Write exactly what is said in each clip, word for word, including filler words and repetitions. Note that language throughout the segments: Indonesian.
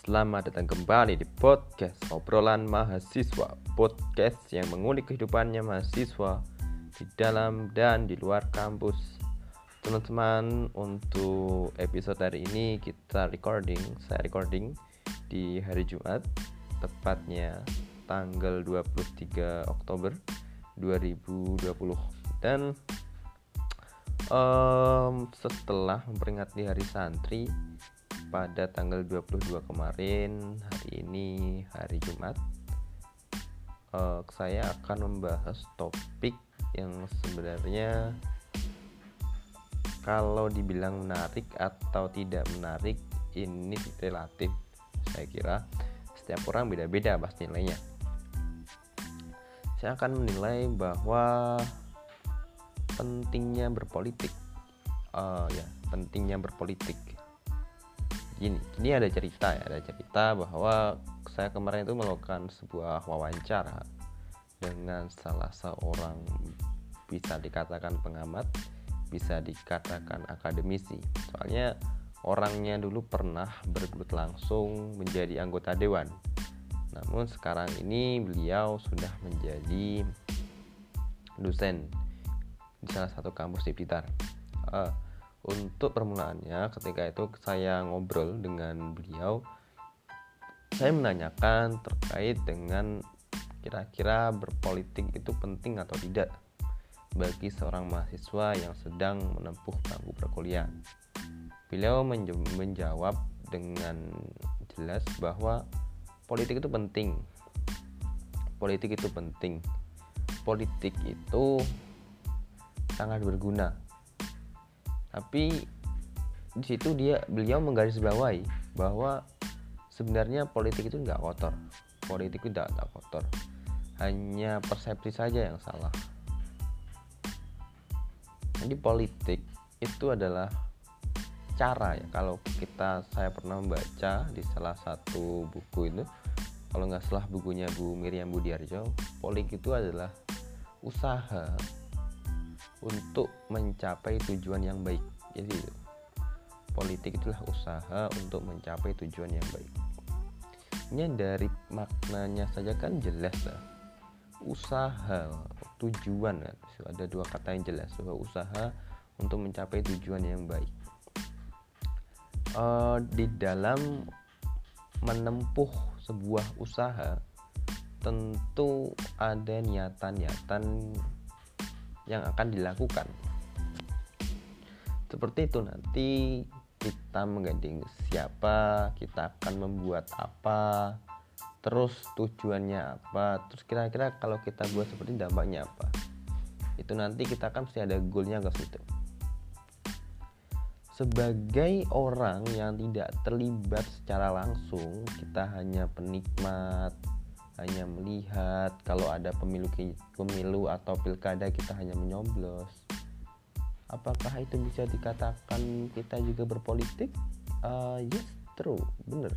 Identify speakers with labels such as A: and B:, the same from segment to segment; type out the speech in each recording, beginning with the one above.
A: Selamat datang kembali di podcast Obrolan Mahasiswa, podcast yang mengulik kehidupannya mahasiswa di dalam dan di luar kampus. Teman-teman, untuk episode hari ini kita recording, saya recording di hari Jumat, tepatnya tanggal dua puluh tiga Oktober dua ribu dua puluh. Dan um, setelah memperingati Hari Santri pada tanggal dua puluh dua kemarin, hari ini hari Jumat, uh, saya akan membahas topik yang sebenarnya kalau dibilang menarik atau tidak menarik ini relatif. Saya kira setiap orang beda-beda pasti nilainya. Saya akan menilai bahwa pentingnya berpolitik, uh, ya pentingnya berpolitik. Gini, ini ada cerita ya, ada cerita bahwa saya kemarin itu melakukan sebuah wawancara dengan salah seorang, bisa dikatakan pengamat, bisa dikatakan akademisi. Soalnya orangnya dulu pernah bergelut langsung menjadi anggota dewan. Namun sekarang ini beliau sudah menjadi dosen di salah satu kampus di Blitar. Uh, Untuk permulaannya, ketika itu saya ngobrol dengan beliau, saya menanyakan terkait dengan kira-kira berpolitik itu penting atau tidak bagi seorang mahasiswa yang sedang menempuh bangku perkuliahan. Beliau menj- menjawab dengan jelas bahwa politik itu penting. Politik itu penting. Politik itu sangat berguna. Tapi di situ dia beliau menggarisbawahi bahwa sebenarnya politik itu nggak kotor, politik itu tidak kotor, hanya persepsi saja yang salah. Jadi politik itu adalah cara ya. Kalau kita saya pernah membaca di salah satu buku itu, kalau nggak salah bukunya Bu Miriam Budiarjo, politik itu adalah usaha untuk mencapai tujuan yang baik. Jadi politik itulah usaha untuk mencapai tujuan yang baik. Ini dari maknanya saja kan jelas lah. Usaha, tujuan kan. Ada dua kata yang jelas, bahwa usaha untuk mencapai tujuan yang baik. Uh, di dalam menempuh sebuah usaha tentu ada niatan-niatan yang akan dilakukan. Seperti itu, nanti kita menggandeng siapa, kita akan membuat apa, terus tujuannya apa, terus kira-kira kalau kita buat seperti ini dampaknya apa. Itu nanti kita akan mesti ada goalnya ke situ. Sebagai orang yang tidak terlibat secara langsung, kita hanya penikmat, hanya melihat. Kalau ada pemilu pemilu atau pilkada kita hanya menyoblos. Apakah itu bisa dikatakan kita juga berpolitik? Uh, yes, true, benar.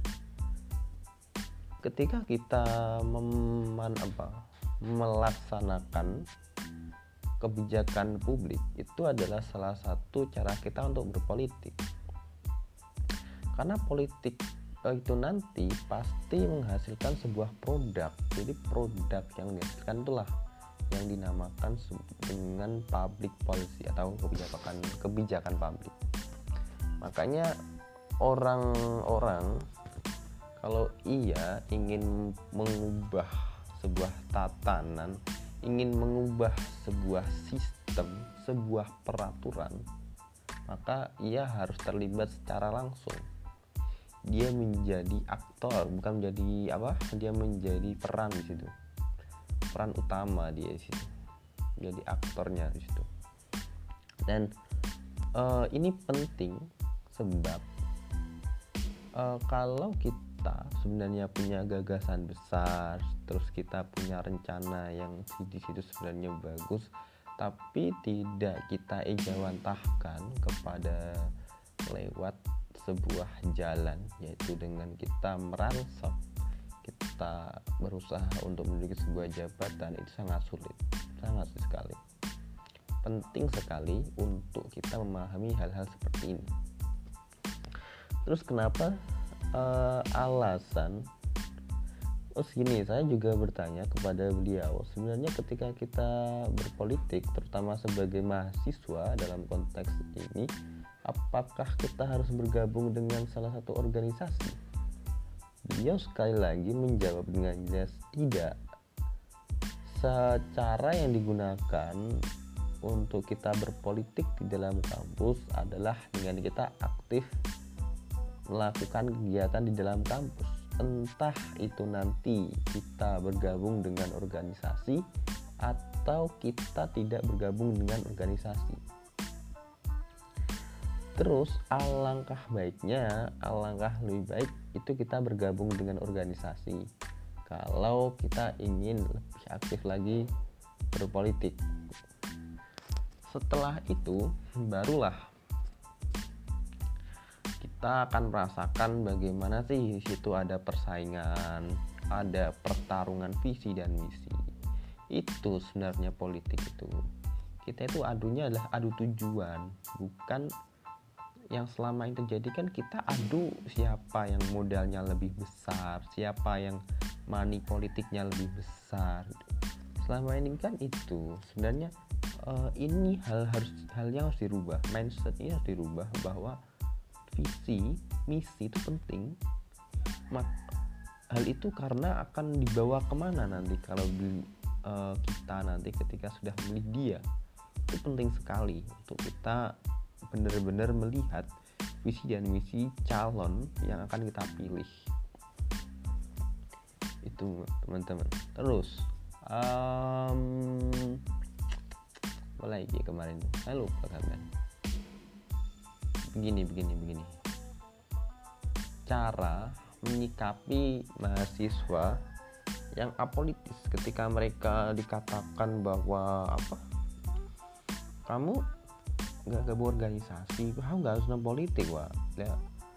A: Ketika kita meman, apa, melaksanakan kebijakan publik, itu adalah salah satu cara kita untuk berpolitik. Karena politik itu nanti pasti menghasilkan sebuah produk. Jadi produk yang dihasilkan itulah yang dinamakan dengan public policy atau kebijakan kebijakan publik. Makanya orang-orang kalau ia ingin mengubah sebuah tatanan, ingin mengubah sebuah sistem, sebuah peraturan, maka ia harus terlibat secara langsung. Dia menjadi aktor, bukan menjadi apa? Dia menjadi peran di situ, peran utama dia di situ, jadi aktornya di situ. Dan uh, ini penting sebab uh, kalau kita sebenarnya punya gagasan besar, terus kita punya rencana yang di situ sebenarnya bagus, tapi tidak kita ejawantahkan kepada lewat sebuah jalan, yaitu dengan kita merangsek, kita berusaha untuk menduduki sebuah jabatan, itu sangat sulit, sangat sulit sekali. Penting sekali untuk kita memahami hal-hal seperti ini. Terus kenapa uh, alasan. Terus gini, saya juga bertanya kepada beliau, sebenarnya ketika kita berpolitik, terutama sebagai mahasiswa dalam konteks ini, apakah kita harus bergabung dengan salah satu organisasi? Beliau sekali lagi menjawab dengan jelas, tidak. Secara yang digunakan untuk kita berpolitik di dalam kampus adalah dengan kita aktif melakukan kegiatan di dalam kampus. Entah itu nanti kita bergabung dengan organisasi atau kita tidak bergabung dengan organisasi. Terus alangkah baiknya, alangkah lebih baik itu kita bergabung dengan organisasi kalau kita ingin lebih aktif lagi berpolitik. Setelah itu barulah kita akan merasakan bagaimana sih di situ ada persaingan, ada pertarungan visi dan misi. Itu sebenarnya politik itu. Kita itu adunya adalah adu tujuan, bukan yang selama ini terjadi kan kita adu siapa yang modalnya lebih besar, siapa yang money politiknya lebih besar. Selama ini kan itu sebenarnya uh, ini hal harus hal yang harus dirubah, mindset ini harus dirubah bahwa visi, misi itu penting. Hal itu karena akan dibawa kemana nanti kalau uh, kita nanti ketika sudah memilih dia. Itu penting sekali untuk kita benar-benar melihat visi dan misi calon yang akan kita pilih. Itu teman-teman. Terus um, mulai aja kemarin saya lupa kan. Begini, begini, begini. Cara menyikapi mahasiswa yang apolitis ketika mereka dikatakan bahwa apa? Kamu nggak gabung organisasi, kamu nggak harus non politik, wah. Ya.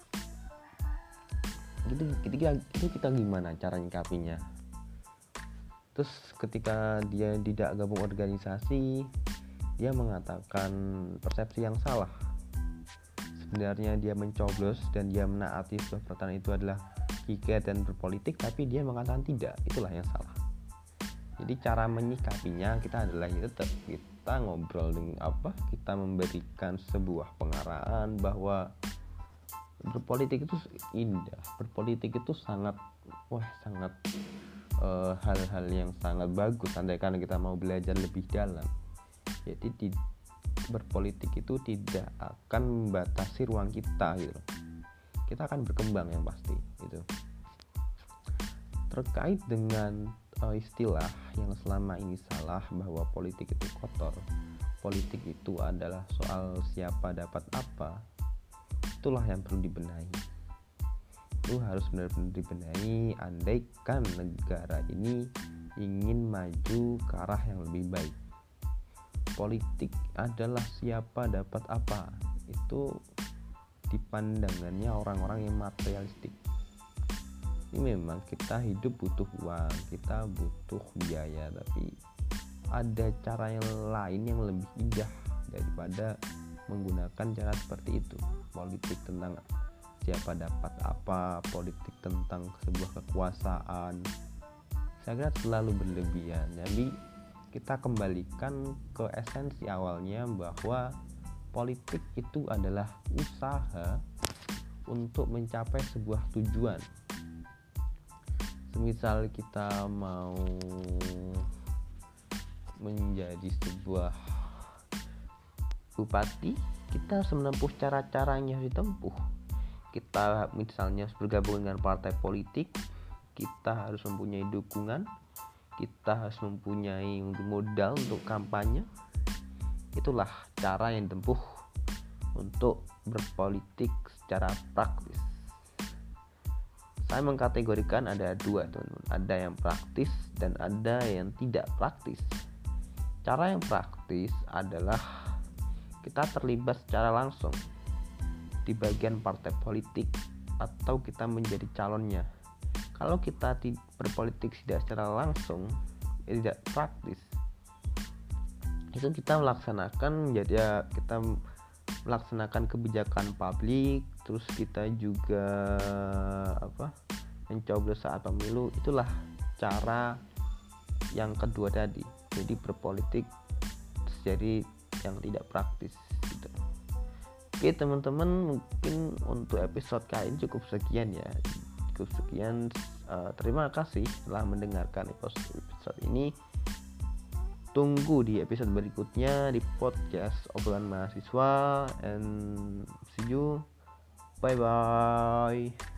A: Gitu, ketika itu kita gimana cara nyikapinya? Terus ketika dia tidak gabung organisasi, dia mengatakan persepsi yang salah. Sebenarnya dia mencoblos dan dia menaati sebuah peraturan itu adalah kikat dan berpolitik, tapi dia mengatakan tidak, itulah yang salah. Jadi cara menyikapinya kita adalah ya tetap kita ngobrol dengan apa, kita memberikan sebuah pengarahan bahwa berpolitik itu indah, berpolitik itu sangat wah sangat uh, hal-hal yang sangat bagus andaikan kita mau belajar lebih dalam. Jadi di berpolitik itu tidak akan membatasi ruang kita gitu. Kita akan berkembang yang pasti gitu. Terkait dengan uh, istilah yang selama ini salah bahwa politik itu kotor, politik itu adalah soal siapa dapat apa, itulah yang perlu dibenahi. Itu harus benar-benar dibenahi andaikan negara ini ingin maju ke arah yang lebih baik. Politik adalah siapa dapat apa, itu dipandangannya orang-orang yang materialistik. Ini memang kita hidup butuh uang, kita butuh biaya, tapi ada cara yang lain yang lebih indah daripada menggunakan cara seperti itu. Politik tentang siapa dapat apa, politik tentang sebuah kekuasaan, saya kira selalu berlebihan. Jadi kita kembalikan ke esensi awalnya bahwa politik itu adalah usaha untuk mencapai sebuah tujuan. Semisal kita mau menjadi sebuah bupati, kita harus menempuh cara-caranya harus ditempuh. Kita misalnya bergabung dengan partai politik, kita harus mempunyai dukungan, kita harus mempunyai modal untuk kampanye. Itulah cara yang ditempuh untuk berpolitik secara praktis. Saya mengkategorikan ada dua, teman-teman. Ada yang praktis dan ada yang tidak praktis. Cara yang praktis adalah kita terlibat secara langsung di bagian partai politik atau kita menjadi calonnya. Kalau kita berpolitik tidak secara langsung, ya tidak praktis. Itu kita melaksanakan menjadi kita melaksanakan kebijakan publik, terus kita juga apa mencoblos saat pemilu. Itulah cara yang kedua tadi, jadi berpolitik jadi yang tidak praktis gitu. Oke teman-teman, mungkin untuk episode kali ini cukup sekian ya cukup sekian uh, terima kasih telah mendengarkan episode ini. Tunggu di episode berikutnya di podcast obrolan mahasiswa, and see you, bye bye.